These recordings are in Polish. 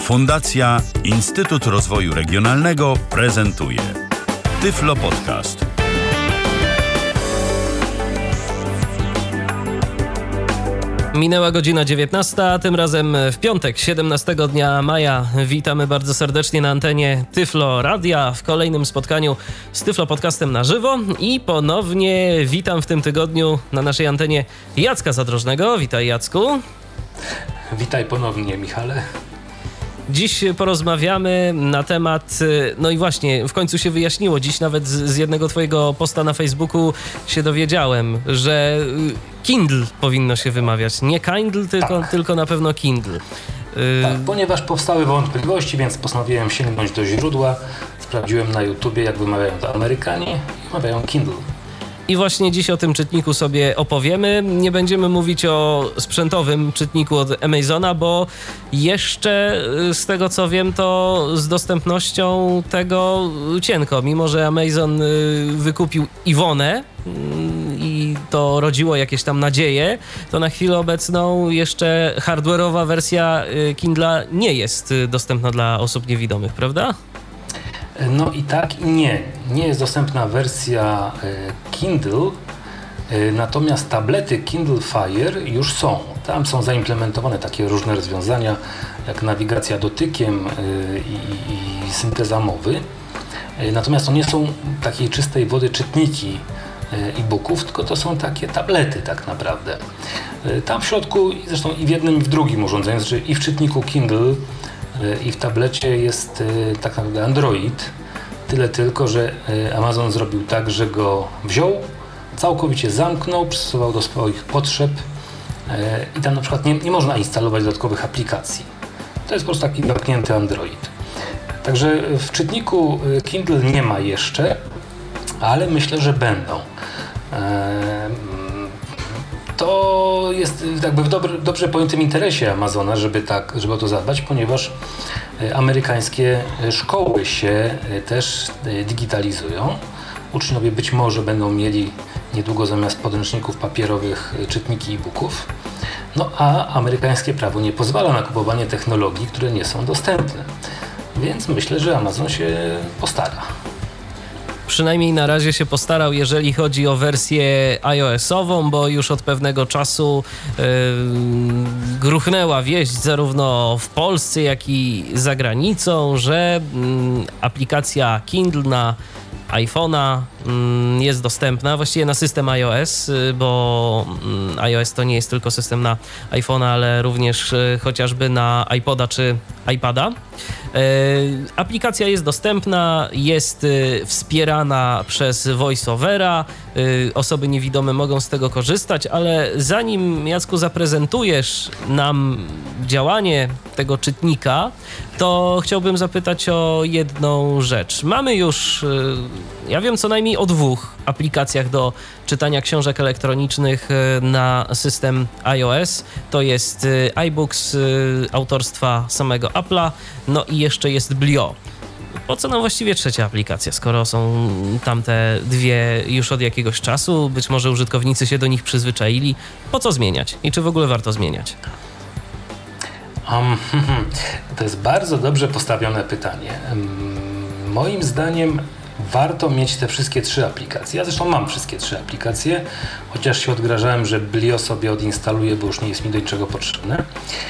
Fundacja Instytut Rozwoju Regionalnego prezentuje Tyflo Podcast. Minęła godzina 19, a tym razem w piątek, 17 dnia maja. Witamy bardzo serdecznie na antenie Tyflo Radia w kolejnym spotkaniu z Tyflo Podcastem na żywo i ponownie witam w tym tygodniu na naszej antenie Jacka Zadrożnego. Witaj, Jacku. Witaj ponownie, Michale. Dziś porozmawiamy na temat, no i właśnie, w końcu się wyjaśniło, dziś nawet z jednego twojego posta na Facebooku się dowiedziałem, że Kindle powinno się wymawiać. Nie Kindle, tylko na pewno Kindle. Tak, ponieważ powstały wątpliwości, więc postanowiłem sięgnąć do źródła. Sprawdziłem na YouTubie, jak wymawiają to Amerykanie i wymawiają Kindle. I właśnie dziś o tym czytniku sobie opowiemy. Nie będziemy mówić o sprzętowym czytniku od Amazona, bo jeszcze z tego co wiem, to z dostępnością tego cienko. Mimo że Amazon wykupił Iwonę i to rodziło jakieś tam nadzieje, to na chwilę obecną jeszcze hardware'owa wersja Kindla nie jest dostępna dla osób niewidomych, prawda? No i tak i nie. Nie jest dostępna wersja Kindle, natomiast tablety Kindle Fire już są. Tam są zaimplementowane takie różne rozwiązania, jak nawigacja dotykiem i synteza mowy. Natomiast to nie są takiej czystej wody czytniki e-booków, tylko to są takie tablety tak naprawdę. Tam w środku, zresztą i w jednym i w drugim urządzeniu, znaczy i w czytniku Kindle i w tablecie jest tak naprawdę Android. Tyle tylko, że Amazon zrobił tak, że go wziął, całkowicie zamknął, przystosował do swoich potrzeb i tam na przykład nie można instalować dodatkowych aplikacji. To jest po prostu taki zamknięty Android. Także w czytniku Kindle nie ma jeszcze, ale myślę, że będą. To jest jakby w dobrze pojętym interesie Amazona, żeby o to zadbać, ponieważ amerykańskie szkoły się też digitalizują. Uczniowie być może będą mieli niedługo zamiast podręczników papierowych czytniki e-booków. No a amerykańskie prawo nie pozwala na kupowanie technologii, które nie są dostępne. Więc myślę, że Amazon się postara. Przynajmniej na razie się postarał, jeżeli chodzi o wersję iOS-ową, bo już od pewnego czasu gruchnęła wieść zarówno w Polsce, jak i za granicą, że aplikacja Kindle na iPhone'a jest dostępna, właściwie na system iOS, bo iOS to nie jest tylko system na iPhone'a, ale również chociażby na iPoda czy iPada. Aplikacja jest dostępna, jest wspierana przez VoiceOvera, osoby niewidome mogą z tego korzystać, ale zanim, Jacku, zaprezentujesz nam działanie tego czytnika, to chciałbym zapytać o jedną rzecz. Mamy już, ja wiem co najmniej o 2 aplikacjach do czytania książek elektronicznych na system iOS. To jest iBooks autorstwa samego Apple'a, no i jeszcze jest Blio. Po co nam właściwie trzecia aplikacja, skoro są tamte 2 już od jakiegoś czasu? Być może użytkownicy się do nich przyzwyczaili. Po co zmieniać? I czy w ogóle warto zmieniać? To jest bardzo dobrze postawione pytanie. Moim zdaniem warto mieć te wszystkie 3 aplikacje. Ja zresztą mam wszystkie 3 aplikacje, chociaż się odgrażałem, że Blio sobie odinstaluję, bo już nie jest mi do niczego potrzebne.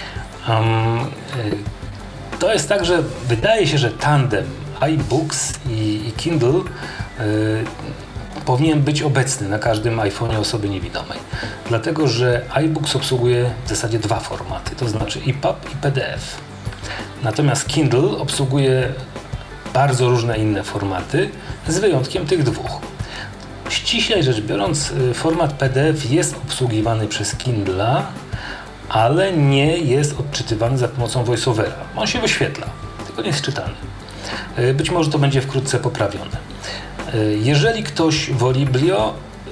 To jest tak, że wydaje się, że tandem iBooks i Kindle powinien być obecny na każdym iPhone'ie osoby niewidomej. Dlatego, że iBooks obsługuje w zasadzie 2 formaty, to znaczy EPUB i PDF. Natomiast Kindle obsługuje bardzo różne inne formaty, z wyjątkiem tych 2. Ściślej rzecz biorąc, format PDF jest obsługiwany przez Kindla, ale nie jest odczytywany za pomocą VoiceOvera. On się wyświetla, tylko nie jest czytany. Być może to będzie wkrótce poprawione. Jeżeli ktoś woli Blio,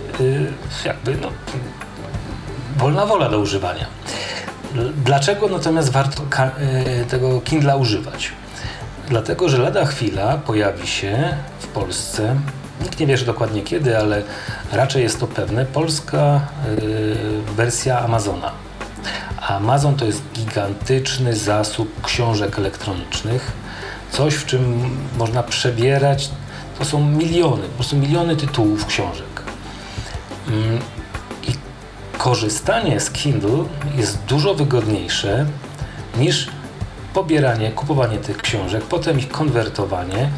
wolna wola do używania. Dlaczego natomiast warto tego Kindla używać? Dlatego, że lada chwila pojawi się w Polsce, nikt nie wie dokładnie kiedy, ale raczej jest to pewne, polska wersja Amazona. Amazon to jest gigantyczny zasób książek elektronicznych. Coś, w czym można przebierać, to są miliony, po prostu miliony tytułów książek. I korzystanie z Kindle jest dużo wygodniejsze niż pobieranie, kupowanie tych książek, potem ich konwertowanie.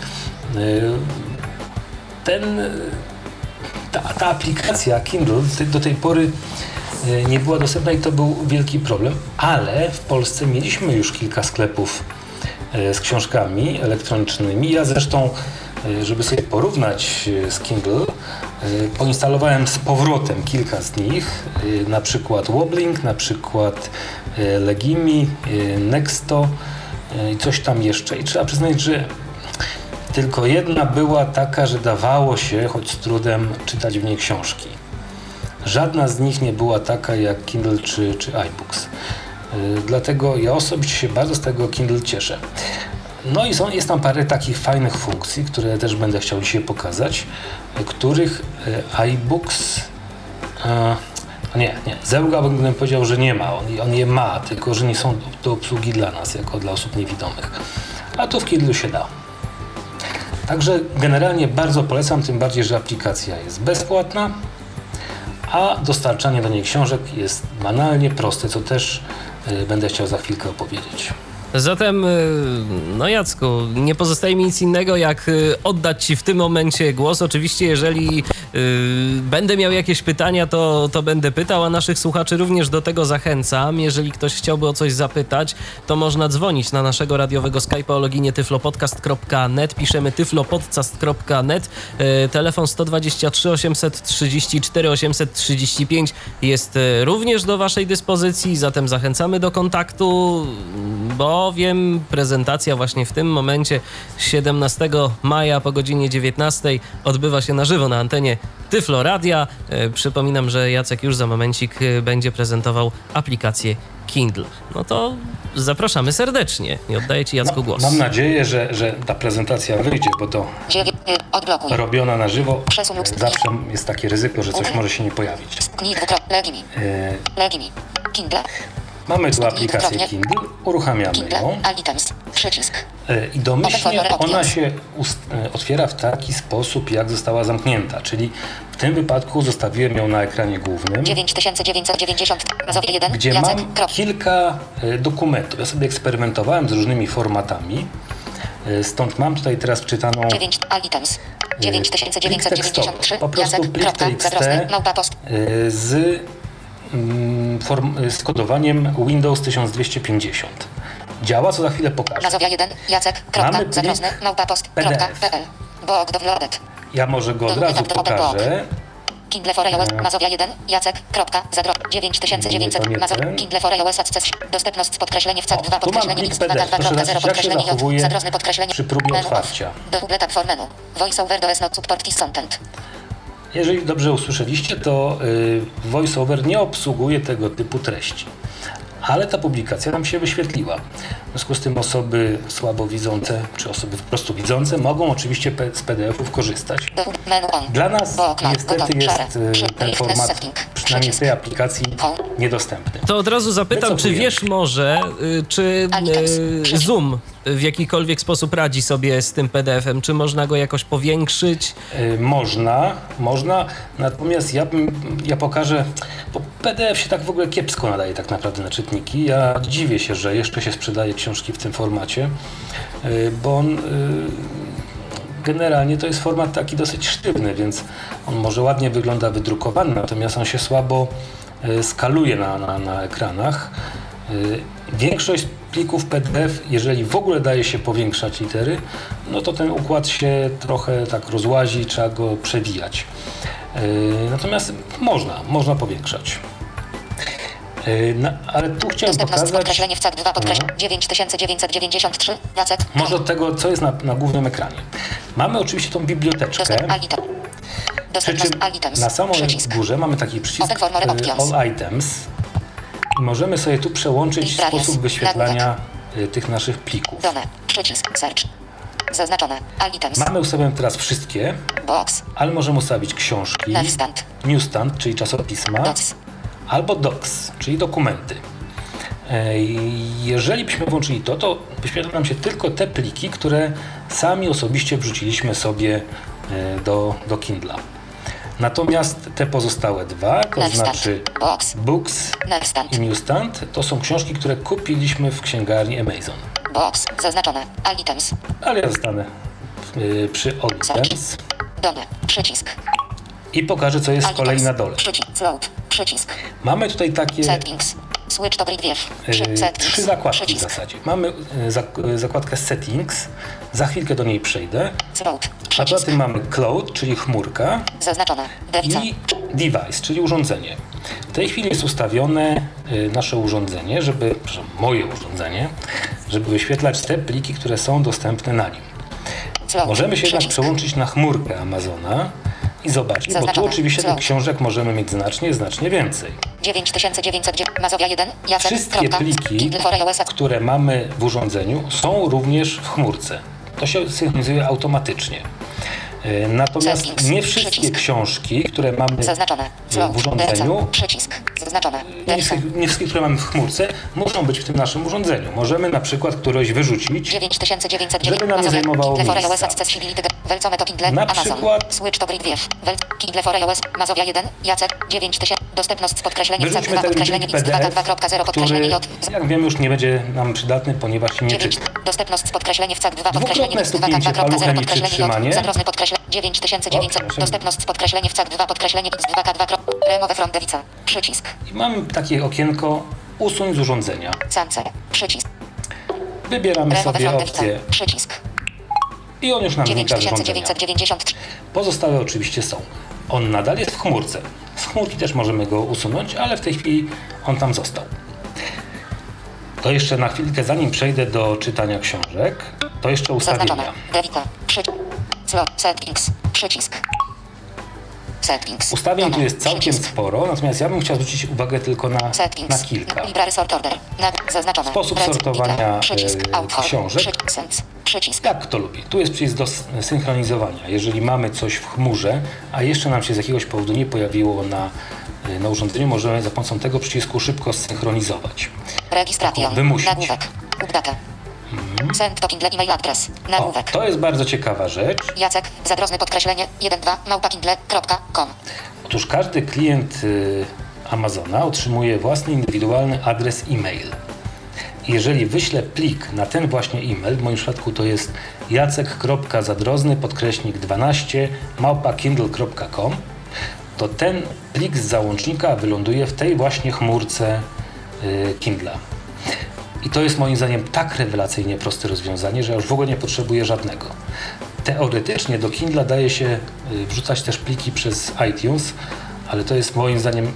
Ta aplikacja Kindle do tej pory nie była dostępna i to był wielki problem, ale w Polsce mieliśmy już kilka sklepów z książkami elektronicznymi. Ja zresztą, żeby sobie porównać z Kindle, poinstalowałem z powrotem kilka z nich, na przykład Wobbling, na przykład Legimi, Nexto i coś tam jeszcze. I trzeba przyznać, że tylko jedna była taka, że dawało się, choć z trudem, czytać w niej książki. Żadna z nich nie była taka jak Kindle czy iBooks. Dlatego ja osobiście się bardzo z tego Kindle cieszę. No i jest tam parę takich fajnych funkcji, które też będę chciał dzisiaj pokazać, których iBooks Zełga bym powiedział, że nie ma. On je ma, tylko że nie są do obsługi dla nas, jako dla osób niewidomych. A to w Kindle się da. Także generalnie bardzo polecam, tym bardziej, że aplikacja jest bezpłatna, a dostarczanie do niej książek jest banalnie proste, co też będę chciał za chwilkę opowiedzieć. Zatem, no Jacku, nie pozostaje mi nic innego, jak oddać Ci w tym momencie głos. Oczywiście, jeżeli będę miał jakieś pytania, to będę pytał, a naszych słuchaczy również do tego zachęcam. Jeżeli ktoś chciałby o coś zapytać, to można dzwonić na naszego radiowego Skype'a o loginie tyflopodcast.net. Piszemy tyflopodcast.net. Telefon 123 834 835 jest również do Waszej dyspozycji, zatem zachęcamy do kontaktu, bowiem prezentacja właśnie w tym momencie 17 maja po godzinie 19 odbywa się na żywo na antenie Tyflo Radia. Przypominam, że Jacek już za momencik będzie prezentował aplikację Kindle. No to zapraszamy serdecznie i oddaję Ci, Jacku, głos. Mam nadzieję, że ta prezentacja wyjdzie, bo to robiona na żywo zawsze jest takie ryzyko, że coś może się nie pojawić. Kindle. Mamy tu aplikację Kindle, uruchamiamy ją i domyślnie ona się otwiera w taki sposób, jak została zamknięta, czyli w tym wypadku zostawiłem ją na ekranie głównym, 9990, gdzie mam kilka dokumentów. Ja sobie eksperymentowałem z różnymi formatami, stąd mam tutaj teraz wczytaną plik tekstowy, po prostu plik TXT z kodowaniem Windows 1250. Działa, co za chwilę pokażę. Mamy plik PDF. Ja może go od razu pokażę. Kindle for iOS, Mazowia 1, Jacek, .zadro, 9900, Mazowia, Kindle for iOS, dostępność podkreślenie w CAT 2, podkreślenie X, 2.0, podkreślenie U, zadrożne podkreślenie przy próbie otwarcia. Double tap for menu, VoiceOver does not support this content. Jeżeli dobrze usłyszeliście, to VoiceOver nie obsługuje tego typu treści. Ale ta publikacja nam się wyświetliła. W związku z tym osoby słabowidzące, czy osoby po prostu widzące mogą oczywiście z PDF-ów korzystać. Dla nas niestety jest ten format, przynajmniej w tej aplikacji, niedostępny. To od razu zapytam, czy wiesz może, czy Zoom w jakikolwiek sposób radzi sobie z tym PDF-em? Czy można go jakoś powiększyć? Można, natomiast ja pokażę, bo PDF się tak w ogóle kiepsko nadaje tak naprawdę na czytniki. Ja dziwię się, że jeszcze się sprzedaje książki w tym formacie, bo on generalnie to jest format taki dosyć sztywny, więc on może ładnie wygląda wydrukowany, natomiast on się słabo skaluje na ekranach. Większość plików PDF, jeżeli w ogóle daje się powiększać litery, no to ten układ się trochę tak rozłazi, trzeba go przewijać. Natomiast można powiększać. Ale tu chciałem pokazać... podkreślenie w CAT 2, podkreślenie 9993, Jacek. Może od tego, co jest na głównym ekranie. Mamy oczywiście tą biblioteczkę. Przy czym na samej górze mamy taki przycisk All Items. I możemy sobie tu przełączyć sposób wyświetlania tych naszych plików. Przycisk Search. Zaznaczone. Items. Mamy ustawione teraz wszystkie, ale możemy ustawić książki, Newsstand, czyli czasopisma, albo Docs, czyli dokumenty. Jeżeli byśmy włączyli to wyświetlą nam się tylko te pliki, które sami osobiście wrzuciliśmy sobie do Kindla. Natomiast te pozostałe dwa, to znaczy Books i Newsstand, to są książki, które kupiliśmy w księgarni Amazon. Box zaznaczone. All items. Ale ja zostanę przy All items. Dole. Przycisk. I pokażę, co jest z kolei na dole. Przycisk. Mamy tutaj takie Settings. Switch to grid view. trzy zakładki w zasadzie. Mamy zakładkę Settings. Za chwilkę do niej przejdę. A poza tym mamy Cloud, czyli chmurka. Zaznaczone. I Device, czyli urządzenie. W tej chwili jest ustawione nasze urządzenie, moje urządzenie, żeby wyświetlać te pliki, które są dostępne na nim. Możemy się jednak przełączyć na chmurkę Amazona i zobaczyć, bo tu oczywiście tych książek możemy mieć znacznie więcej. 9900 Mazowia 1. Jacek. Wszystkie pliki, które mamy w urządzeniu, są również w chmurce. To się synchronizuje automatycznie. Natomiast nie wszystkie książki, które mamy w urządzeniu, nie wszystkie, które mamy w chmurce, muszą być w tym naszym urządzeniu. Możemy na przykład któreś wyrzucić, żeby nam nie zajmowało miejsca. Na przykład Switch to grid view. Kindle for iOS. Mazowia 1. Jacek. 9000. Dostępność z podkreśleniem wyrzućmy ten plik PDF, który, jak wiemy, już nie będzie nam przydatny, ponieważ się nie czyta. Dostępność z podkreśleniem w CAK 2 podkreślenie Dwukrotne stuknięcie paluchem i przytrzymanie. Zadrozny podkreślenie 9900. Dostępność z podkreśleniem w CAK 2 podkreślenie x 2K2. Remove from Device. Przycisk. I mamy takie okienko usuń z urządzenia. Cancel. Przycisk. Wybieramy sobie opcję Przycisk. i on już nam znika z urządzenia. 9993. Pozostałe oczywiście są. On nadal jest w chmurce. Z chmurki też możemy go usunąć, ale w tej chwili on tam został. To jeszcze na chwilkę, zanim przejdę do czytania książek, to jeszcze ustawienia. Settings. Przycisk. Settings. Ustawień tu jest całkiem sporo, natomiast ja bym chciał zwrócić uwagę tylko na kilka. Sposób sortowania książek. Jak kto lubi. Tu jest przycisk do synchronizowania. Jeżeli mamy coś w chmurze, a jeszcze nam się z jakiegoś powodu nie pojawiło na urządzeniu, możemy za pomocą tego przycisku szybko synchronizować. Rejestracja. Wymusić. Send to Kindle email adres. Nagłówek. To jest bardzo ciekawa rzecz. Jacek, zadrozny podkreślenie 12@kindle.com. Otóż każdy klient Amazona otrzymuje własny indywidualny adres e-mail. Jeżeli wyślę plik na ten właśnie e-mail, w moim przypadku to jest jacek.zadrozny_12@kindle.com, to ten plik z załącznika wyląduje w tej właśnie chmurce Kindla. I to jest moim zdaniem tak rewelacyjnie proste rozwiązanie, że ja już w ogóle nie potrzebuję żadnego. Teoretycznie do Kindla daje się wrzucać też pliki przez iTunes, ale to jest moim zdaniem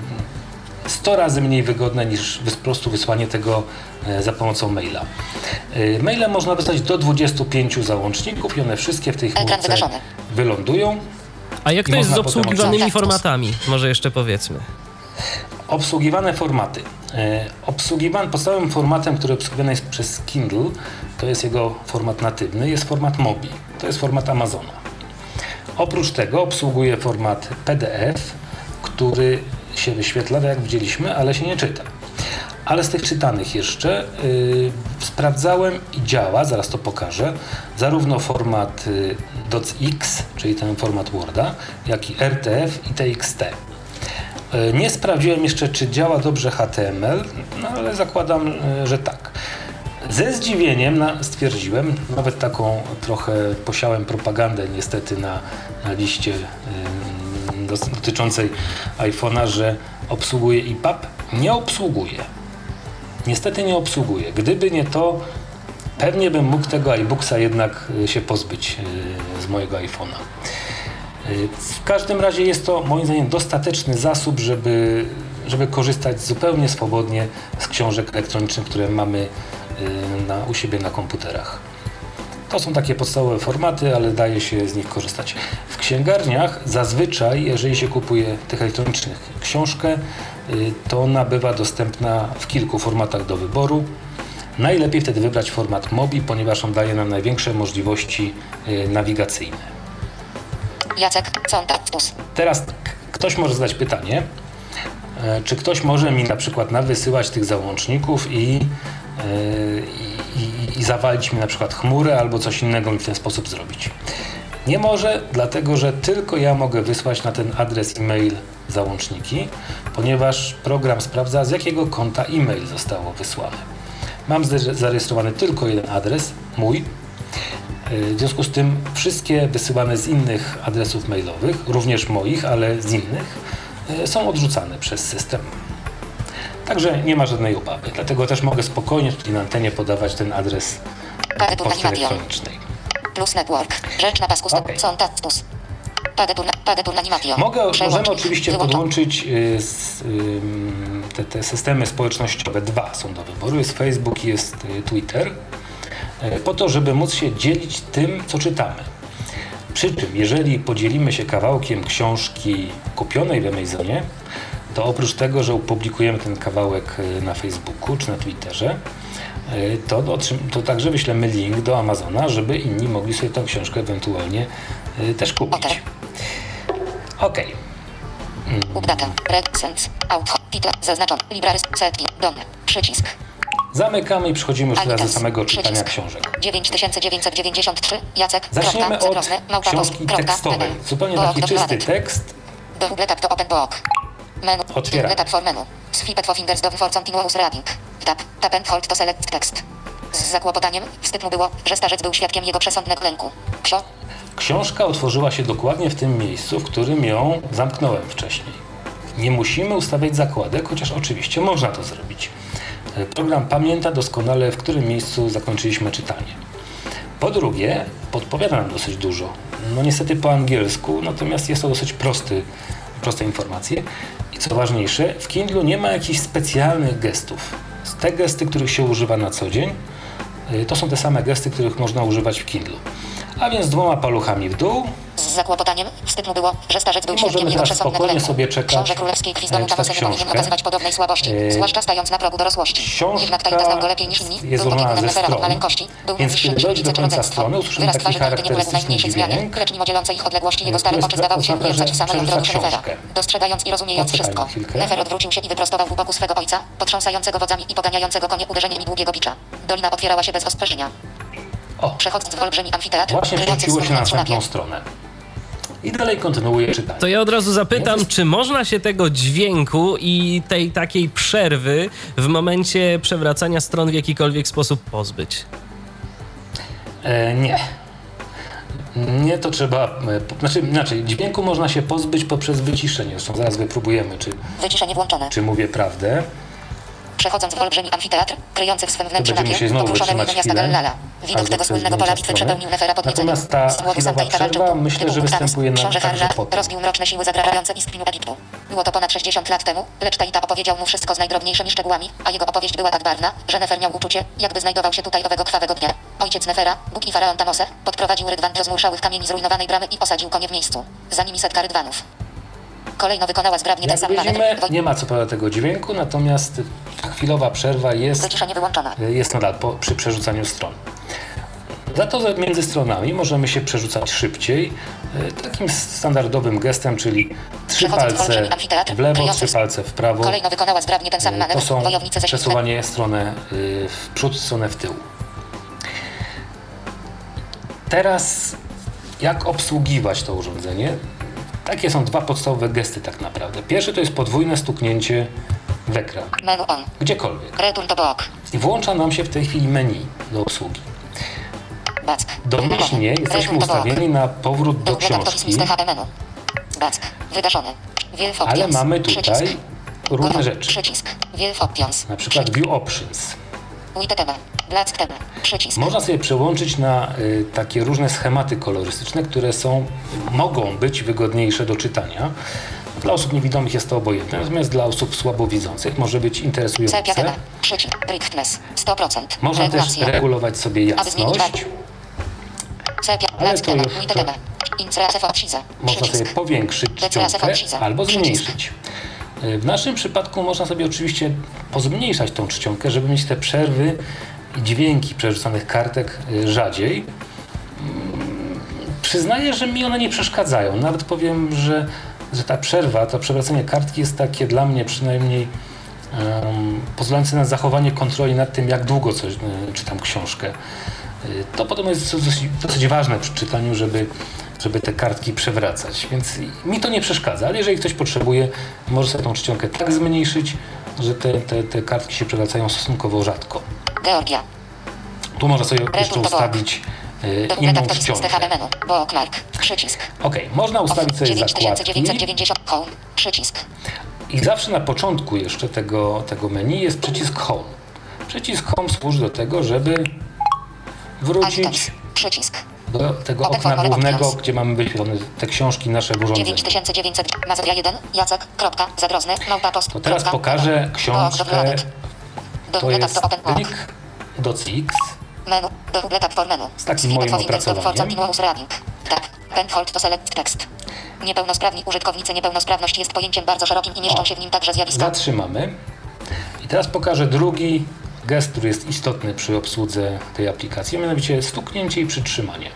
100 razy mniej wygodne niż po prostu wysłanie tego za pomocą maila. Mailem można wysłać do 25 załączników i one wszystkie w tej chmurce wylądują. A jak to jest z obsługiwanymi formatami? Może jeszcze powiedzmy. Obsługiwane formaty. Podstawowym formatem, który obsługiwany jest przez Kindle, to jest jego format natywny, jest format MOBI. To jest format Amazona. Oprócz tego obsługuje format PDF, który się wyświetla, jak widzieliśmy, ale się nie czyta. Ale z tych czytanych jeszcze sprawdzałem i działa, zaraz to pokażę, zarówno format docx, czyli ten format Worda, jak i RTF i TXT. Nie sprawdziłem jeszcze, czy działa dobrze HTML, no ale zakładam, że tak. Ze zdziwieniem stwierdziłem, nawet taką trochę posiałem propagandę niestety na liście dotyczącej iPhone'a, że obsługuje EPUB. Nie obsługuje. Niestety nie obsługuje. Gdyby nie to, pewnie bym mógł tego iBooksa jednak się pozbyć z mojego iPhone'a. W każdym razie jest to moim zdaniem dostateczny zasób, żeby korzystać zupełnie swobodnie z książek elektronicznych, które mamy u siebie na komputerach. To są takie podstawowe formaty, ale daje się z nich korzystać. W księgarniach zazwyczaj, jeżeli się kupuje tych elektronicznych książkę, to ona bywa dostępna w kilku formatach do wyboru. Najlepiej wtedy wybrać format MOBI, ponieważ on daje nam największe możliwości nawigacyjne. Jacek, Contact. Teraz ktoś może zadać pytanie, czy ktoś może mi na przykład nawysyłać tych załączników i zawalić mi na przykład chmurę albo coś innego mi w ten sposób zrobić. Nie może, dlatego że tylko ja mogę wysłać na ten adres e-mail załączniki, ponieważ program sprawdza, z jakiego konta e-mail zostało wysłane. Mam zarejestrowany tylko jeden adres, mój. W związku z tym wszystkie wysyłane z innych adresów mailowych, również moich, ale z innych, są odrzucane przez system. Także nie ma żadnej obawy. Dlatego też mogę spokojnie tutaj na antenie podawać ten adres poczty elektronicznej. Plus network. Rzecz na pasku. Contactus. Możemy oczywiście podłączyć te systemy społecznościowe. Dwa są do wyboru. Jest Facebook i jest Twitter. Po to, żeby móc się dzielić tym, co czytamy. Przy czym, jeżeli podzielimy się kawałkiem książki kupionej w Amazonie, to oprócz tego, że opublikujemy ten kawałek na Facebooku czy na Twitterze, to także wyślemy link do Amazona, żeby inni mogli sobie tę książkę ewentualnie też kupić. OK. Updata, recent, out, title, zaznaczony, libraries, setki, dom, przycisk. Zamykamy i przechodzimy już teraz do samego czytania książek. 9993, Jacek. Zaczniemy od książki tekstowej. Zupełnie taki czysty tekst. To open book. Menu. Otwieram. Tab for menu. Swipe for fingers for continuous reading. Tap and hold to select text. Z zakłopotaniem wstyd mu było, że starzec był świadkiem jego przesądnego lęku. Książka otworzyła się dokładnie w tym miejscu, w którym ją zamknąłem wcześniej. Nie musimy ustawiać zakładek, chociaż oczywiście można to zrobić. Program pamięta doskonale, w którym miejscu zakończyliśmy czytanie. Po drugie, podpowiada nam dosyć dużo. No niestety po angielsku, natomiast jest to dosyć proste informacje. I co ważniejsze, w Kindlu nie ma jakichś specjalnych gestów. Te gesty, których się używa na co dzień, to są te same gesty, których można używać w Kindlu. A więc 2 paluchami w dół. Z zakłopotaniem wstyd mu było, że starzec był świadkiem jego przesądnego lęku. Sobie czekać. Książę królewskiej Kwizdomu Tamose nie powinien okazywać podobnej słabości, zwłaszcza stając na progu dorosłości. Jednak Tajta znał go lepiej niż inni, był podwójnym neferem maleńkości, był najwyższym księżycem rodzeństwo. Wyraz twarzy nigdy nie uległ najmniejszej zmianie, lecz mimo dzielącej ich odległości jego stare oczy zdawały się wiercać w samej ogromie Nefera. Dostrzegając i rozumiejąc wszystko, Nefer odwrócił się i wyprostował u boku swego ojca, potrząsającego wodzami i poganiającego konie uderzeniami długiego bicza. Dolina otwierała się bez ostrzeżenia. Przechodząc w olbrzymi amfiteatr, właśnie przeciło się na następną stronę. I dalej kontynuuję czytanie. To ja od razu zapytam, czy można się tego dźwięku i tej takiej przerwy w momencie przewracania stron w jakikolwiek sposób pozbyć? Nie. Nie, to trzeba... Inaczej, dźwięku można się pozbyć poprzez wyciszenie. Zresztą zaraz wypróbujemy, wyciszenie włączone. Czy mówię prawdę. Przechodząc w olbrzymi amfiteatr, kryjący w swym wnętrzu napię, okruszone ruiny miasta Gallala. Widok tego słynnego pola bitwy przepełnił Nefera pod jedzeniem. Z głowy Santa i Tawarczuku, myślę, że występuje książę Harra rozbił mroczne siły zagrażające istnieniu Egiptu. Było to ponad 60 lat temu, lecz Taita opowiedział mu wszystko z najdrobniejszymi szczegółami, a jego opowieść była tak barwna, że Nefer miał uczucie, jakby znajdował się tutaj owego krwawego dnia. Ojciec Nefera, Bóg i faraon Tamose, podprowadził rydwan do zmuszałych kamieni zrujnowanej bramy i osadził konie w miejscu. Za nimi setka rydwanów. Kolejno wykonała zgrabnie ten sam manewr. Nie ma co prawda tego dźwięku, natomiast chwilowa przerwa jest nadal przy przerzucaniu stron. Za to między stronami możemy się przerzucać szybciej, takim standardowym gestem, czyli 3 palce w lewo, 3 palce w prawo. Kolejno wykonała zgrabnie ten sam manewr. To są przesuwanie stronę w przód, stronę w tył. Teraz jak obsługiwać to urządzenie? Takie są 2 podstawowe gesty tak naprawdę. Pierwszy to jest podwójne stuknięcie w ekran. Menu on. Gdziekolwiek. Return to book. I włącza nam się w tej chwili menu do obsługi. Domyślnie jesteśmy ustawieni na powrót do książki. Ale mamy tutaj różne rzeczy. Na przykład View Options. Można sobie przełączyć na takie różne schematy kolorystyczne, które mogą być wygodniejsze do czytania. Dla osób niewidomych jest to obojętne, natomiast dla osób słabowidzących może być interesujące. Można też regulować sobie jasność, ale to już można sobie powiększyć czcionkę albo zmniejszyć. W naszym przypadku można sobie oczywiście pozmniejszać tą czcionkę, żeby mieć te przerwy i dźwięki przerzucanych kartek rzadziej. Przyznaję, że mi one nie przeszkadzają. Nawet powiem, że że ta przerwa, to przewracanie kartki jest takie dla mnie przynajmniej pozwalające na zachowanie kontroli nad tym, jak długo czytam książkę. To potem jest dosyć ważne przy czytaniu, żeby te kartki przewracać, więc mi to nie przeszkadza, ale jeżeli ktoś potrzebuje, może sobie tą czcionkę tak zmniejszyć, że te kartki się przewracają stosunkowo rzadko. Georgia. Tu można sobie jeszcze ustawić inną czcionkę. Ok, można ustawić sobie zakładki. Home, przycisk. I zawsze na początku jeszcze tego menu jest przycisk Home. Przycisk Home służy do tego, żeby wrócić do tego okna głównego, gdzie mamy wyświetlone te książki nasze w urządzeniu. 9900, Mazria 1, Jacek, kropka, Zadrozny, małpa post. To teraz pokażę książkę, to jest plik docx menu, for menu. Z takim moim opracowaniem. Tak, penhold to select text. Niepełnosprawni użytkownicy. Niepełnosprawność jest pojęciem bardzo szerokim i mieszczą się w nim także zjawiska. Zatrzymamy. I teraz pokażę drugi gest, który jest istotny przy obsłudze tej aplikacji, a mianowicie stuknięcie i przytrzymanie.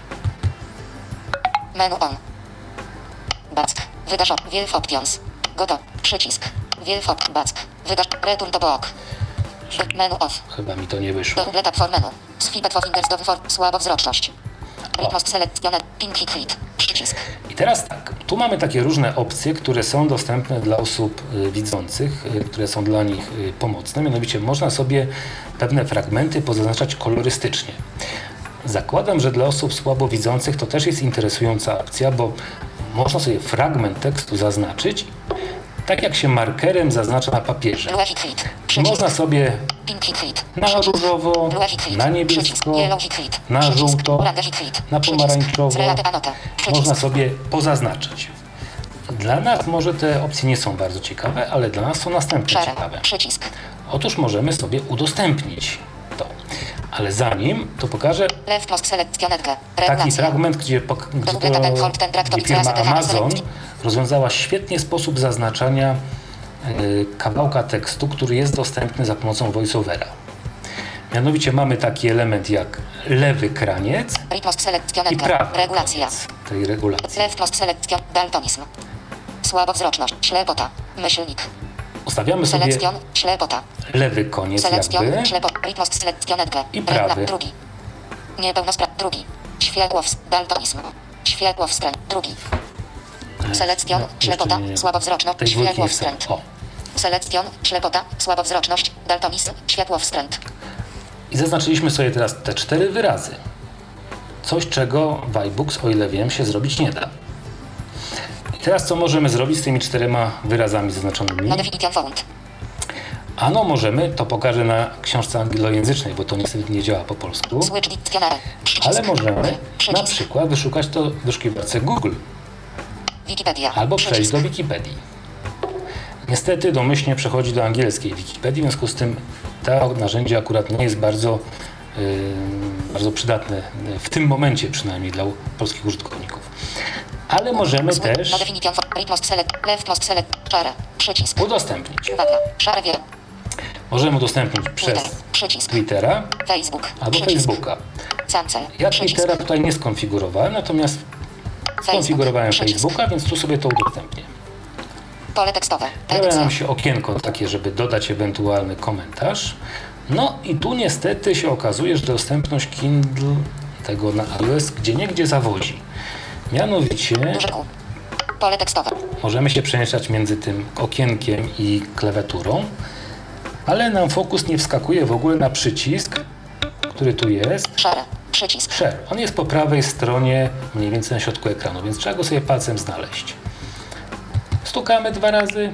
Menu on. Back. Wydasz View options. Goto. Przycisk. View back. Wydasz return to book. Menu off. Chyba mi to nie wyszło. Double for menu. Swipe for fingers for słabowzroczność. Most selected. Pinky hit. Przycisk. I teraz tak, tu mamy takie różne opcje, które są dostępne dla osób widzących, które są dla nich pomocne. Mianowicie można sobie pewne fragmenty pozaznaczać kolorystycznie. Zakładam, że dla osób słabowidzących to też jest interesująca opcja, bo można sobie fragment tekstu zaznaczyć, tak jak się markerem zaznacza na papierze. Można sobie na różowo, na niebiesko, na żółto, na pomarańczowo, można sobie pozaznaczać. Dla nas może te opcje nie są bardzo ciekawe, ale dla nas są następne ciekawe. Otóż możemy sobie udostępnić to. Ale zanim, to pokażę taki fragment, gdzie firma Amazon rozwiązała świetnie sposób zaznaczania kawałka tekstu, który jest dostępny za pomocą VoiceOvera. Mianowicie mamy taki element jak lewy kraniec i prawy kraniec tej regulacji. Daltonizm. Słabowzroczność. Ślepota. Myślnik. Ustawiamy sobie lewy koniec jakby i prawy. Drugi. Drugi. Daltonizm. Światłowstręt. Drugi. Selekcjon, ślepota, słabowzroczność, światłowstręt. Selekcjon, ślepota, słabowzroczność, daltonizm, światłowstręt. I zaznaczyliśmy sobie teraz te 4 wyrazy. Coś, czego w iBooks, o ile wiem, się zrobić nie da. I teraz co możemy zrobić z tymi 4 wyrazami zaznaczonymi? Ano możemy, to pokażę na książce angielojęzycznej, bo to niestety nie działa po polsku. Ale możemy na przykład wyszukać to w wyszukiwarce Google. Wikipedia. Albo przejść do Wikipedii. Niestety domyślnie przechodzi do angielskiej Wikipedii, w związku z tym to narzędzie akurat nie jest bardzo przydatne w tym momencie przynajmniej dla polskich użytkowników. Ale możemy też udostępnić. Możemy udostępnić przez Twittera albo Facebooka. Ja Twittera tutaj nie skonfigurowałem, natomiast skonfigurowałem Facebooka, więc tu sobie to udostępnię. Pole tekstowe. Pojawia nam się okienko takie, żeby dodać ewentualny komentarz. No i tu niestety się okazuje, że dostępność Kindle tego na iOS gdzieniegdzie zawodzi. Mianowicie pole tekstowe. Możemy się przemieszczać między tym okienkiem i klawiaturą, ale nam fokus nie wskakuje w ogóle na przycisk, który tu jest. Przycisk. Share. On jest po prawej stronie, mniej więcej na środku ekranu, więc trzeba go sobie palcem znaleźć. Stukamy 2 razy.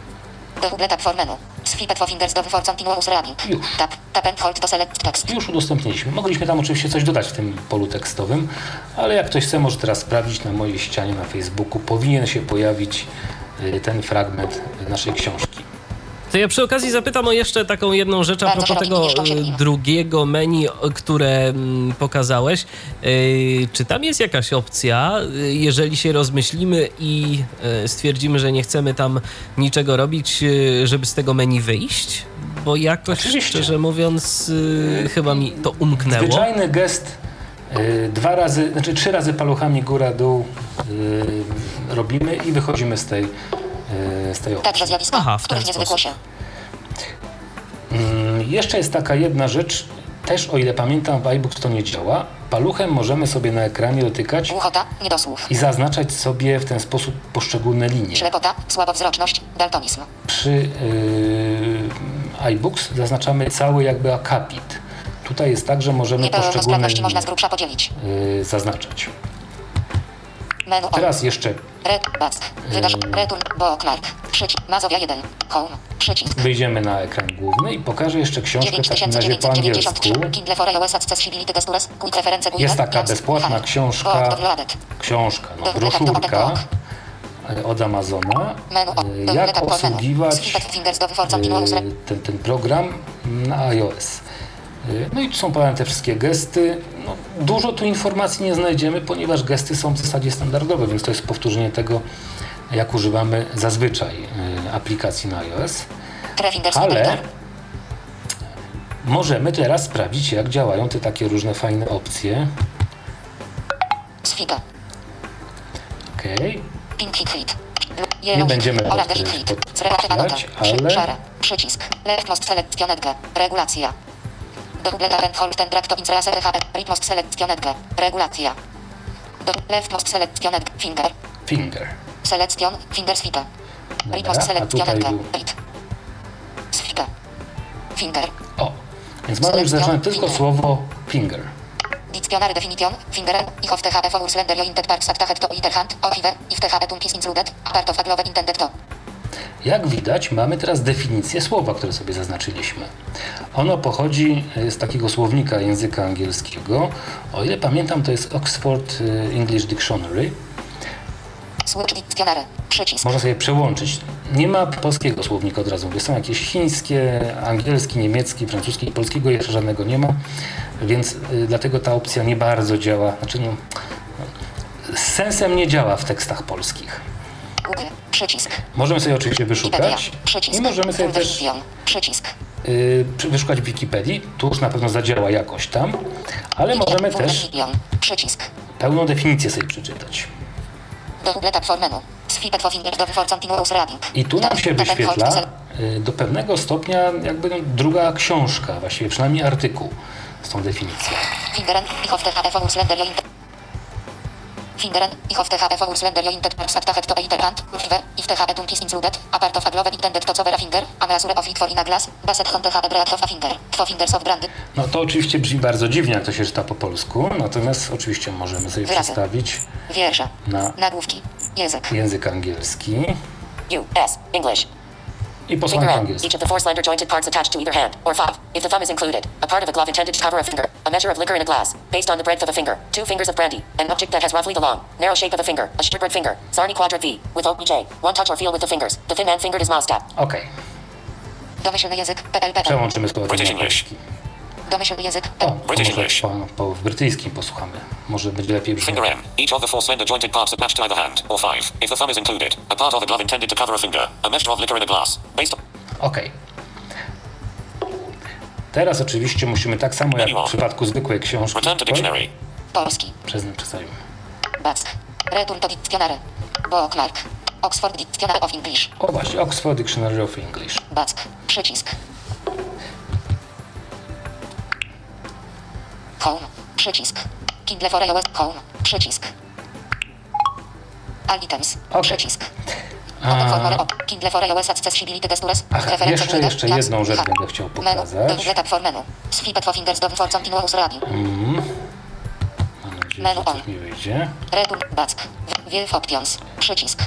Już. Już udostępniliśmy. Mogliśmy tam oczywiście coś dodać w tym polu tekstowym, ale jak ktoś chce, może teraz sprawdzić na mojej ścianie na Facebooku. Powinien się pojawić ten fragment naszej książki. To ja przy okazji zapytam o jeszcze taką jedną rzecz a propos tego drugiego menu, które pokazałeś. Czy tam jest jakaś opcja, jeżeli się rozmyślimy i stwierdzimy, że nie chcemy tam niczego robić, żeby z tego menu wyjść? Bo jakoś, szczerze mówiąc, chyba mi to umknęło. Zwyczajny gest 3 razy paluchami góra-dół robimy i wychodzimy z tej opcji. Także zjawiska, w ten których nie zwykło się. Jeszcze jest taka jedna rzecz, też o ile pamiętam w iBooks to nie działa. Paluchem możemy sobie na ekranie dotykać Głuchota, niedosłów. i zaznaczać sobie w ten sposób poszczególne linie. Ślepota, słabowzroczność, daltonizm. Przy iBooks zaznaczamy cały jakby akapit. Tutaj jest tak, że możemy poszczególne linie można z grubsza podzielić. Zaznaczać. Menu Teraz jeszcze return, bookmark, przycisk, Mazowia 1, home, przycisk. Wyjdziemy na ekran główny i pokażę jeszcze książkę w takim razie po angielsku. Kindle for iOS Accessibility Gestures, quick reference. Jest taka bezpłatna książka, broszurka od Amazona, jak obsługiwać ten program na iOS. No i tu są podane te wszystkie gesty. No, dużo tu informacji nie znajdziemy, ponieważ gesty są w zasadzie standardowe, więc to jest powtórzenie tego, jak używamy zazwyczaj aplikacji na iOS. Ale możemy teraz sprawdzić, jak działają te takie różne fajne opcje. Okej. Nie będziemy podkreślać, ale... Przycisk. Leftmost selectioned G. Regulacja. Double and hold and drag to insert rightmost selectioned G. Regulacja. Leftmost selectioned finger. Finger. Selection, finger swipe. Rightmost selectioned G. Right. Swipe. Finger. O, więc mamy już zaznaczone tylko słowo finger. Dictionary definition, fingeren, ich of THE for slender jointed parts attached to either hand, or if THE tumpis included, part of a glove intended to. Jak widać, mamy teraz definicję słowa, które sobie zaznaczyliśmy. Ono pochodzi z takiego słownika języka angielskiego. O ile pamiętam, to jest Oxford English Dictionary. Switch dictionary, przycisk. Można sobie przełączyć. Nie ma polskiego słownika od razu. Są jakieś chińskie, angielski, niemiecki, francuski, polskiego jeszcze żadnego nie ma. Więc dlatego ta opcja nie bardzo działa. Znaczy, z sensem nie działa w tekstach polskich. Google, przycisk. Możemy sobie oczywiście wyszukać i możemy sobie też wyszukać w Wikipedii. Tu już na pewno zadziała jakoś tam, ale możemy też pełną definicję sobie przeczytać. I tu nam się wyświetla do pewnego stopnia jakby druga książka, właściwie przynajmniej artykuł z tą definicją. Fingeren, ich of THE for slender jointed parts attached to either hand, if THE tumpis included, a part of a glove intended to cover a finger, a measure of it for in a glass, based on THE breadth of a finger, 2 fingers of brandy. No to oczywiście brzmi bardzo dziwnie, jak to się czyta po polsku, natomiast oczywiście możemy sobie przedstawić wiersze, nagłówki, język angielski. US, English. I posłanka angielska. Each of the 4 slender jointed parts attached to either hand, or 5, if the thumb is included, a part of a glove intended to cover a finger, a measure of liquor in a glass, based on the breadth of a finger, 2 fingers of brandy, an object that has roughly the long, narrow shape of a finger, a shortbread finger, Sarni quadrant V, with OBJ, 1 touch or feel with the fingers, the thin end fingered is mouse tap. Okej. Domyślny język, PLP. Przełączymy słowo na polski. Domyślny język, British English. Po brytyjskim posłuchamy. Może będzie lepiej brzmieć. Finger M. Each of the 4 slender jointed parts attached to either hand, or 5, if the thumb is included, a part of a glove intended to cover a finger, a measure of liquor in a glass, based on... Okej. Teraz oczywiście musimy tak samo jak w przypadku zwykłej książki. Return to dictionary. Polski. Przedstawić. Back. Return to dictionary. Bookmark. Oxford Dictionary of English. O właśnie, Oxford Dictionary of English. Back. Przycisk. Home. Przycisk. Kindle for iOS. Home. Przycisk. Items. Przycisk. Kindle for iOS Accessibility Gestures. Jeszcze jedną rzecz będę chciał pokazać. Menu. Swipe for fingers for continuous radio. Mam nadzieję, że coś mi wyjdzie. Return back. View options. Przycisk.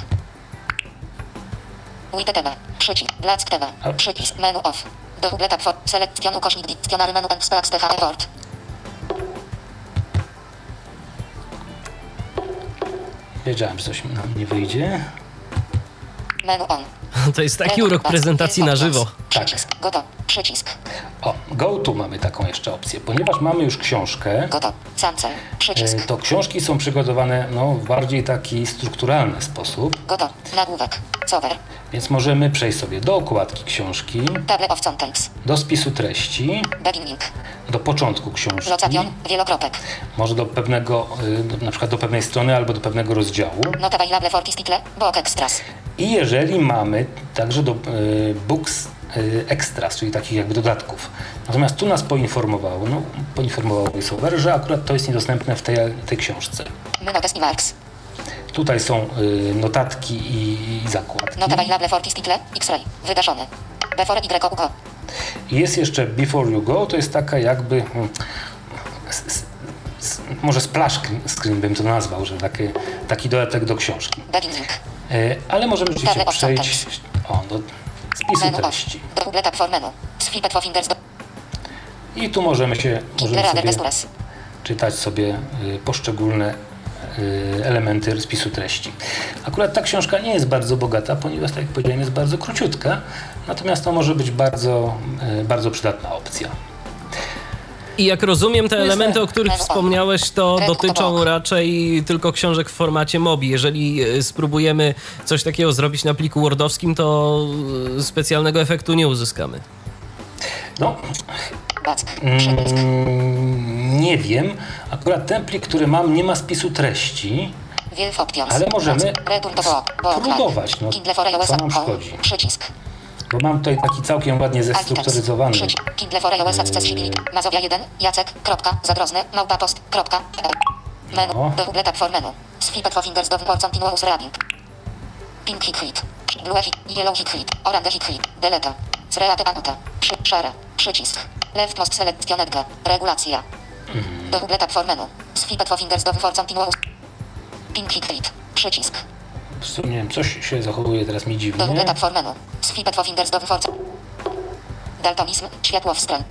Witete. Przycisk. Black TV. Przycisk. Menu off. Double tap for selection ukośnik dictionary menu and speaks THE word. Wiedziałem, że coś nam nie wyjdzie. Menu on. To jest taki urok prezentacji na żywo. Przycisk. Gotowy. Przycisk. O, go to mamy taką jeszcze opcję. Ponieważ mamy już książkę, Goto. Cancel. Przycisk. to książki są przygotowane w bardziej taki strukturalny sposób, Goto. Nagłówek. Cover. więc możemy przejść sobie do okładki książki, Table of contents. do spisu treści, Beginning. do początku książki, Location. Wielokropek. może do pewnego, na przykład do pewnej strony albo do pewnego rozdziału. Not available for this title. Book extras. I jeżeli mamy także do books extras, czyli takich jakby dodatków. Natomiast tu nas poinformowało VoiceOver, że akurat to jest niedostępne w tej książce. Notes i marks. Tutaj są notatki i zakładki. Not available for this title. X-ray. Wygaszony. Before YUGO. I jest jeszcze Before You Go, to jest taka jakby może splash screen bym to nazwał, że taki dodatek do książki. Beginning. Ale możemy rzeczywiście przejść do spisu Menu treści. off. Double tap for menu. Snippet for fingers. I tu możemy sobie Bestures. czytać sobie poszczególne elementy spisu treści. Akurat ta książka nie jest bardzo bogata, ponieważ, tak jak powiedziałem, jest bardzo króciutka, natomiast to może być bardzo, bardzo przydatna opcja. I jak rozumiem, te elementy, o których wspomniałeś, to dotyczą raczej tylko książek w formacie MOBI. Jeżeli spróbujemy coś takiego zrobić na pliku wordowskim, to specjalnego efektu nie uzyskamy. Nie wiem. Akurat ten plik, który mam, nie ma spisu treści, ale możemy próbować, co nam szkodzi. Bo mam tutaj taki całkiem ładnie zestrukturyzowany. Kindle for iOS Accessibility. Mazowia 1. Jacek. Zagrozny. Małpapost. Menu. Double tap for menu. Snippet for fingers for continuous reading. Pink hit. Blue hit. Yellow hit. Orange hit. Delete. Create anota. Share. Przycisk. Leftmost selectioned G. Regulacja. Double tap for menu. Snippet for fingers for continuous. Pink hit. Przycisk. Nie wiem, coś się zachowuje teraz mi dziwnie. Double tap for menu. Snippet for fingers for daltonizm. Światło wstręt.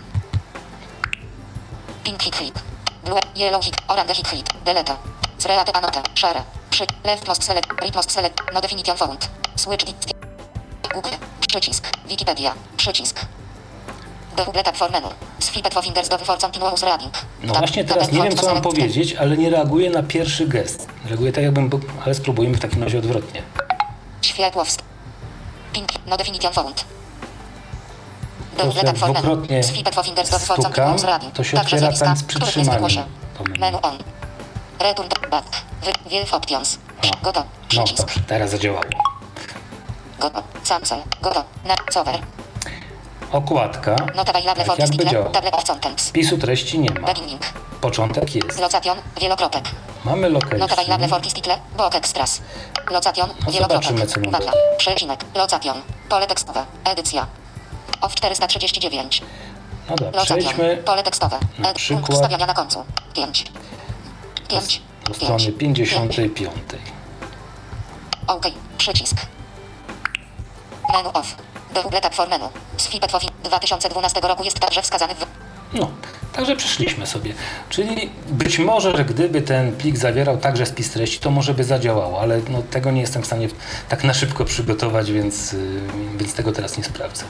Pink hit. Blue. Yellow hit. Orange hit. Delete. Create anota. Share. Leftmost select. Rightmost select. No definition found. Switch it. Google. Przycisk. Wikipedia. Przycisk. Double tap for menu. Snippet for fingers for continuous reading. Właśnie teraz nie wiem, co mam powiedzieć, ale nie reaguję na pierwszy gest. Reaguję tak, jakbym, ale spróbujemy w takim razie odwrotnie. Światło Pink. No definition found. Double tap for menu. Snippet for fingers for continuous reading. To się otwiera tam z przytrzymaniem. Menu on. Return back. Wielf options. Goto. Przycisk. Dobrze, teraz zadziałało. Goto. Cancel. Goto. Cover. Okładka, tak jakby działa. Spisu treści nie ma. Początek jest. Location, wielokropek. Mamy location. Book extras. Location, zobaczymy, co mamy. Przecinek. Location. Pole tekstowe. Edycja. Of 439. No dobra, przejdźmy pole tekstowe. na przykład wstawiania na końcu. 5. Do strony 55. OK. Przycisk. Menu off. Double tap for menu. Snippet for 2012 roku jest także wskazany w... Także przeszliśmy sobie. Czyli być może, że gdyby ten plik zawierał także spis treści, to może by zadziałało, ale tego nie jestem w stanie tak na szybko przygotować, więc tego teraz nie sprawdzę.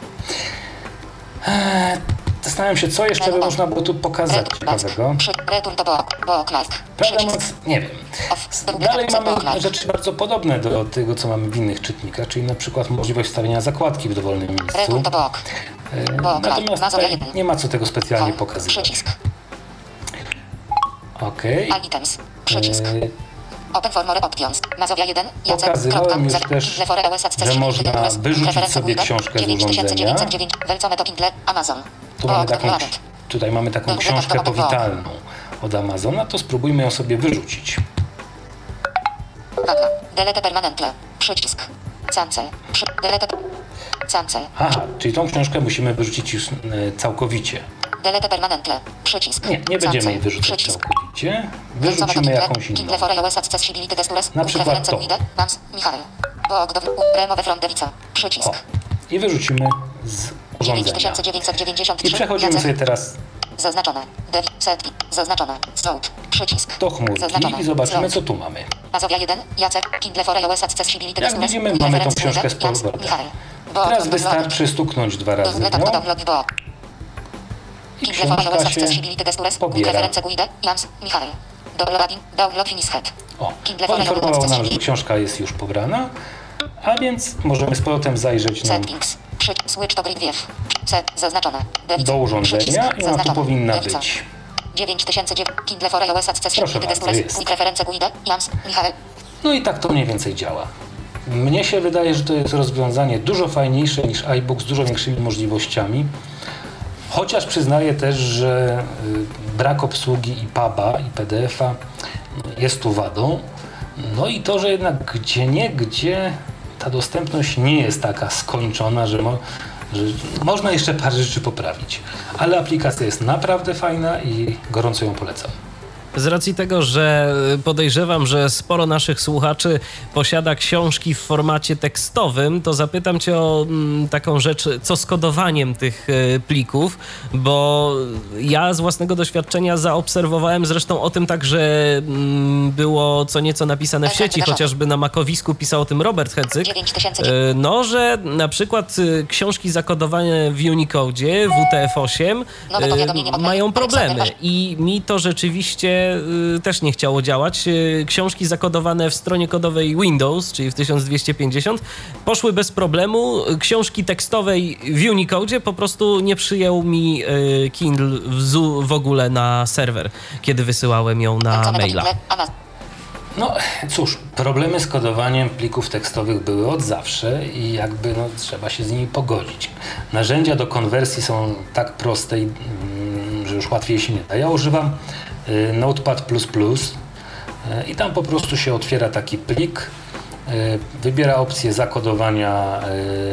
Zastanawiam się, co jeszcze by można było tu pokazać ciekawego. Prawda mówiąc, nie wiem. Dalej mamy rzeczy bardzo podobne do tego, co mamy w innych czytnikach, czyli na przykład możliwość wstawienia zakładki w dowolnym miejscu. Natomiast tutaj nie ma co tego specjalnie pokazywać. Open for more options. Mazowia 1. Pokazywałem już też, że można wyrzucić sobie książkę z urządzenia. Amazon. Tutaj mamy taką książkę powitalną od Amazona, to spróbujmy ją sobie wyrzucić. Delete permanently. Przycisk. Cancel. Delete. Cancel. Aha, czyli tą książkę musimy wyrzucić już całkowicie. Delete permanently. Przycisk. Nie będziemy jej wyrzucać całkowicie. Wyrzucimy jakąś inną. Na przykład to. Przycisk. I wyrzucimy z urządzenia. I przechodzimy sobie teraz zaznaczone. Setki. Zaznaczone. Stop. Przycisk. Do chmurki i zobaczymy, co tu mamy. Mazowia 1. Jacek. Kindle for iOS Accessibility. Jak widzimy, mamy tą książkę z powrotem. Teraz wystarczy stuknąć 2 razy w nią i książka się pobiera. O, poinformowało nam, że książka jest już pobrana, a więc możemy z powrotem zajrzeć nam do urządzenia i ona tu powinna być. 9009 Kindle for iOS Proszę bardzo, jest. No i tak to mniej więcej działa. Mnie się wydaje, że to jest rozwiązanie dużo fajniejsze niż iBook z dużo większymi możliwościami. Chociaż przyznaję też, że brak obsługi EPUBa i PDF-a jest tu wadą. No i to, że jednak gdzieniegdzie ta dostępność nie jest taka skończona, że można jeszcze parę rzeczy poprawić. Ale aplikacja jest naprawdę fajna i gorąco ją polecam. Z racji tego, że podejrzewam, że sporo naszych słuchaczy posiada książki w formacie tekstowym, to zapytam Cię o taką rzecz, co z kodowaniem tych plików, bo ja z własnego doświadczenia zaobserwowałem, zresztą o tym także było co nieco napisane w sieci, chociażby na Macowisku pisał o tym Robert Hecyk, no, że na przykład książki zakodowane w Unicodzie, WTF-8 mają problemy i mi to rzeczywiście też nie chciało działać. Książki zakodowane w stronie kodowej Windows, czyli w 1250, poszły bez problemu. Książki tekstowej w Unicodzie po prostu nie przyjął mi Kindle w ogóle na serwer, kiedy wysyłałem ją na maila. No cóż, problemy z kodowaniem plików tekstowych były od zawsze i jakby trzeba się z nimi pogodzić. Narzędzia do konwersji są tak proste, że już łatwiej się nie da. Ja używam Notepad++ i tam po prostu się otwiera taki plik, wybiera opcję zakodowania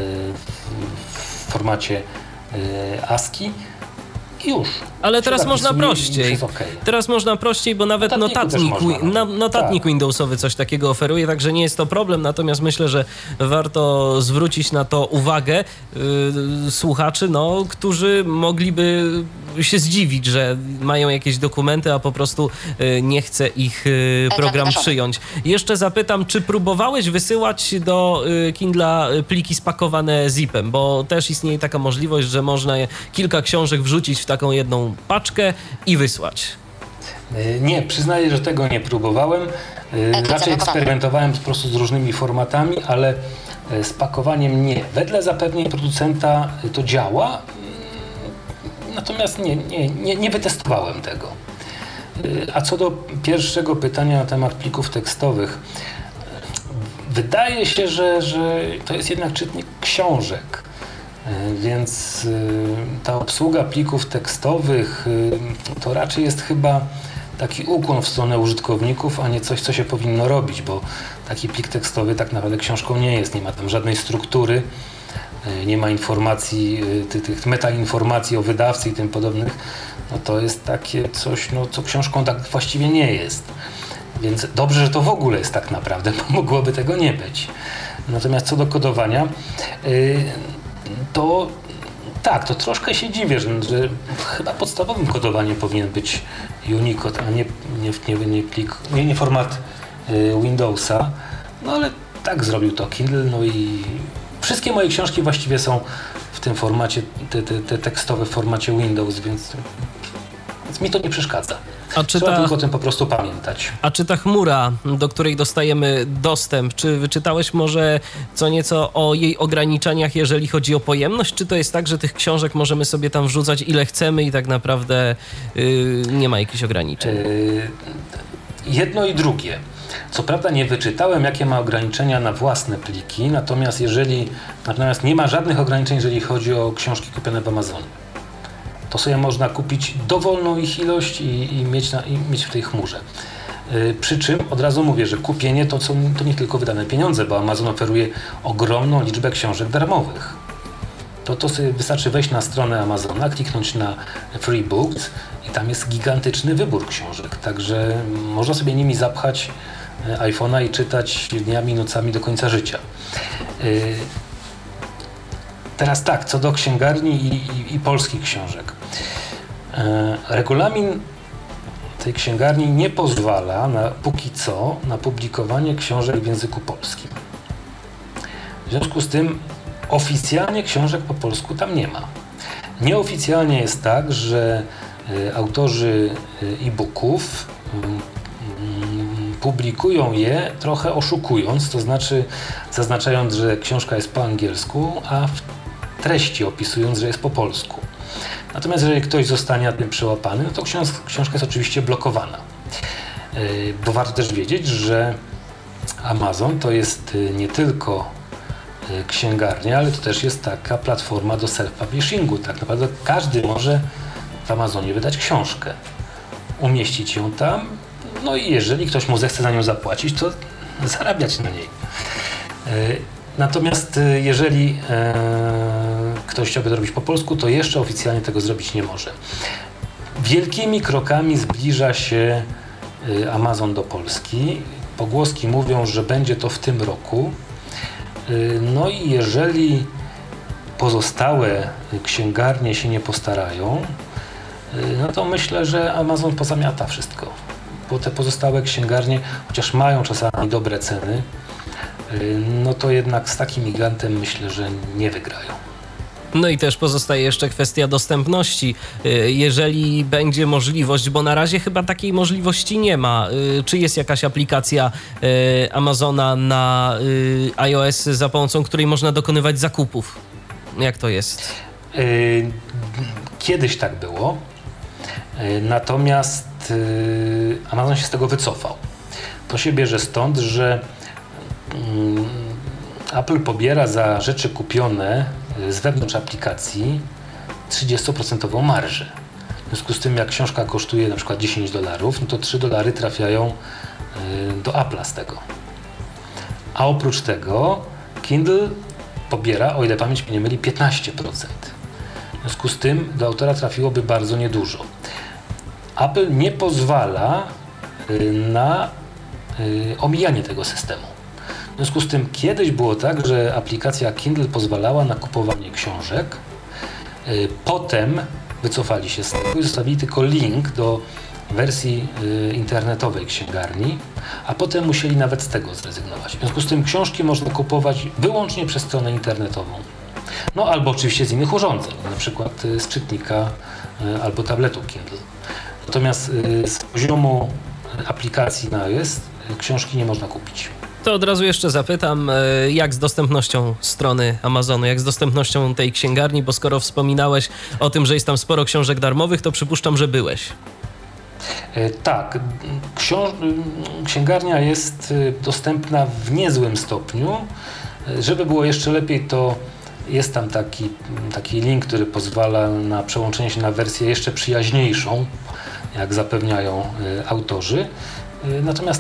w formacie ASCII i już. Ale teraz można prościej. Teraz można prościej, bo nawet notatnik Windowsowy coś takiego oferuje, także nie jest to problem, natomiast myślę, że warto zwrócić na to uwagę słuchaczy, którzy mogliby się zdziwić, że mają jakieś dokumenty, a po prostu nie chce ich program przyjąć. Jeszcze zapytam, czy próbowałeś wysyłać do Kindla pliki spakowane zipem, bo też istnieje taka możliwość, że można kilka książek wrzucić w taką jedną paczkę i wysłać. Nie, przyznaję, że tego nie próbowałem. Raczej eksperymentowałem po prostu z różnymi formatami, ale z pakowaniem nie. Wedle zapewnień producenta to działa, natomiast nie wytestowałem tego. A co do pierwszego pytania na temat plików tekstowych, wydaje się, że to jest jednak czytnik książek. Więc ta obsługa plików tekstowych to raczej jest chyba taki ukłon w stronę użytkowników, a nie coś, co się powinno robić, bo taki plik tekstowy tak naprawdę książką nie jest, nie ma tam żadnej struktury, nie ma informacji, tych metainformacji o wydawcy i tym podobnych. No to jest takie coś, co książką tak właściwie nie jest. Więc dobrze, że to w ogóle jest tak naprawdę, bo mogłoby tego nie być. Natomiast co do kodowania, to tak, to troszkę się dziwię, że chyba podstawowym kodowaniem powinien być Unicode, a nie format Windowsa. No ale tak zrobił to Kindle, i wszystkie moje książki właściwie są w tym formacie, te tekstowe w formacie Windows, więc mi to nie przeszkadza. Trzeba tylko o tym po prostu pamiętać. A czy ta chmura, do której dostajemy dostęp, czy wyczytałeś może co nieco o jej ograniczeniach, jeżeli chodzi o pojemność? Czy to jest tak, że tych książek możemy sobie tam wrzucać ile chcemy i tak naprawdę nie ma jakichś ograniczeń? Jedno i drugie. Co prawda nie wyczytałem, jakie ma ograniczenia na własne pliki, natomiast nie ma żadnych ograniczeń, jeżeli chodzi o książki kupione w Amazonie. To sobie można kupić dowolną ich ilość i mieć w tej chmurze. Przy czym od razu mówię, że kupienie to nie tylko wydane pieniądze, bo Amazon oferuje ogromną liczbę książek darmowych. To sobie wystarczy wejść na stronę Amazona, kliknąć na Free Books i tam jest gigantyczny wybór książek. Także można sobie nimi zapchać iPhone'a i czytać dniami, nocami do końca życia. Teraz tak, co do księgarni i polskich książek. Regulamin tej księgarni nie pozwala póki co na publikowanie książek w języku polskim. W związku z tym Oficjalnie książek po polsku tam nie ma. Nieoficjalnie jest tak, że autorzy e-booków publikują je trochę oszukując, to znaczy zaznaczając, że książka jest po angielsku, a w treści opisując, że jest po polsku. Natomiast jeżeli ktoś zostanie na tym przełapany, no to książka jest oczywiście blokowana. Bo warto też wiedzieć, że Amazon to jest nie tylko księgarnia, ale to też jest taka platforma do self-publishingu. Tak naprawdę każdy może w Amazonie wydać książkę, umieścić ją tam, no i jeżeli ktoś mu zechce za nią zapłacić, to zarabiać na niej. Natomiast jeżeli ktoś chciałby to robić po polsku, to jeszcze oficjalnie tego zrobić nie może. Wielkimi krokami zbliża się Amazon do Polski. Pogłoski mówią, że będzie to w tym roku. No i jeżeli pozostałe księgarnie się nie postarają, no to myślę, że Amazon pozamiata wszystko. Bo te pozostałe księgarnie, chociaż mają czasami dobre ceny, no to jednak z takim gigantem myślę, że nie wygrają. No i też pozostaje jeszcze kwestia dostępności. Jeżeli będzie możliwość, bo na razie chyba takiej możliwości nie ma. Czy jest jakaś aplikacja Amazona na iOS, za pomocą której można dokonywać zakupów? Jak to jest? Kiedyś tak było. Natomiast Amazon się z tego wycofał. To się bierze stąd, że Apple pobiera za rzeczy kupione z wewnątrz aplikacji 30% marżę. W związku z tym, jak książka kosztuje na przykład $10, no to $3 trafiają do Apple'a z tego. A oprócz tego Kindle pobiera, o ile pamięć mnie nie myli, 15%. W związku z tym do autora trafiłoby bardzo niedużo. Apple nie pozwala na omijanie tego systemu. W związku z tym kiedyś było tak, że aplikacja Kindle pozwalała na kupowanie książek, potem wycofali się z tego i zostawili tylko link do wersji internetowej księgarni, a potem musieli nawet z tego zrezygnować. W związku z tym książki można kupować wyłącznie przez stronę internetową. No albo oczywiście z innych urządzeń, na przykład z czytnika albo tabletu Kindle. Natomiast z poziomu aplikacji na iOS książki nie można kupić. To od razu jeszcze zapytam, jak z dostępnością strony Amazonu, jak z dostępnością tej księgarni, bo skoro wspominałeś o tym, że jest tam sporo książek darmowych, to przypuszczam, że byłeś. Tak, księgarnia jest dostępna w niezłym stopniu. Żeby było jeszcze lepiej, to jest tam taki link, który pozwala na przełączenie się na wersję jeszcze przyjaźniejszą, jak zapewniają autorzy. Natomiast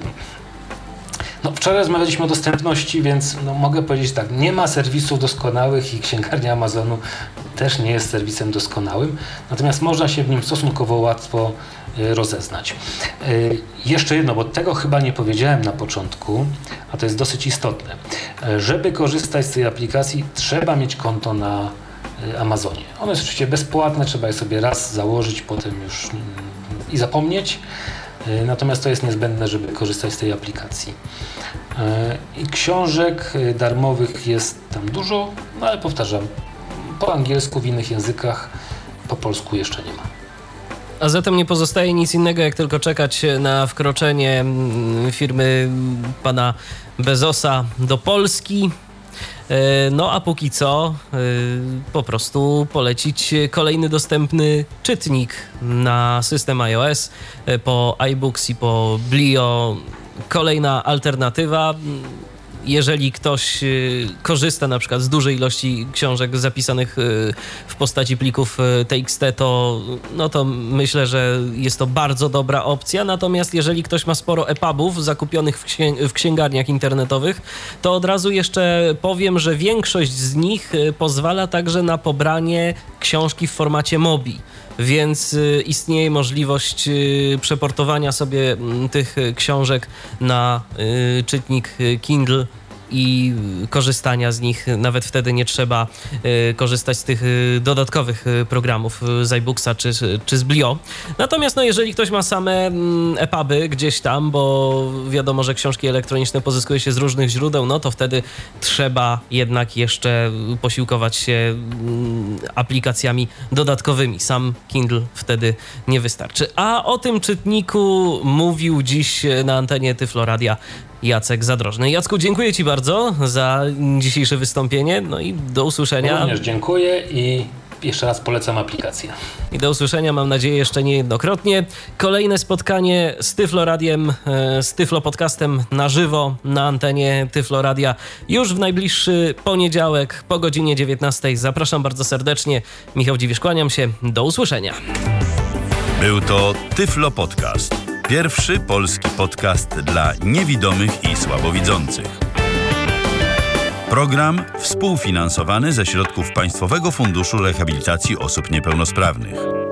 wczoraj rozmawialiśmy o dostępności, więc mogę powiedzieć tak, nie ma serwisów doskonałych i księgarnia Amazonu też nie jest serwisem doskonałym, natomiast można się w nim stosunkowo łatwo rozeznać. Jeszcze jedno, bo tego chyba nie powiedziałem na początku, a to jest dosyć istotne. Żeby korzystać z tej aplikacji, trzeba mieć konto na Amazonie. Ono jest oczywiście bezpłatne, trzeba je sobie raz założyć, potem już i zapomnieć. Natomiast to jest niezbędne, żeby korzystać z tej aplikacji. I książek darmowych jest tam dużo, no ale powtarzam, po angielsku, w innych językach, po polsku jeszcze nie ma. A zatem nie pozostaje nic innego, jak tylko czekać na wkroczenie firmy pana Bezosa do Polski. No a póki co po prostu polecić kolejny dostępny czytnik na system iOS po iBooks i po Blio. Kolejna alternatywa. Jeżeli ktoś korzysta na przykład z dużej ilości książek zapisanych w postaci plików TXT, to myślę, że jest to bardzo dobra opcja. Natomiast jeżeli ktoś ma sporo EPUBów zakupionych w księgarniach internetowych, to od razu jeszcze powiem, że większość z nich pozwala także na pobranie książki w formacie MOBI. Więc istnieje możliwość przeportowania sobie tych książek na czytnik Kindle i korzystania z nich. Nawet wtedy nie trzeba korzystać z tych dodatkowych programów z iBooksa czy z Blio. Natomiast jeżeli ktoś ma same EPUBy gdzieś tam, bo wiadomo, że książki elektroniczne pozyskuje się z różnych źródeł, to wtedy trzeba jednak jeszcze posiłkować się aplikacjami dodatkowymi. Sam Kindle wtedy nie wystarczy. A o tym czytniku mówił dziś na antenie Tyflo Radia Jacek Zadrożny. Jacku, dziękuję Ci bardzo za dzisiejsze wystąpienie, i do usłyszenia. Również dziękuję i jeszcze raz polecam aplikację. I do usłyszenia, mam nadzieję, jeszcze niejednokrotnie. Kolejne spotkanie z Tyflo Radiem, z Tyflo Podcastem na żywo na antenie Tyflo Radia już w najbliższy poniedziałek po godzinie 19. Zapraszam bardzo serdecznie. Michał Dziwisz, kłaniam się. Do usłyszenia. Był to Tyflo Podcast. Pierwszy polski podcast dla niewidomych i słabowidzących. Program współfinansowany ze środków Państwowego Funduszu Rehabilitacji Osób Niepełnosprawnych.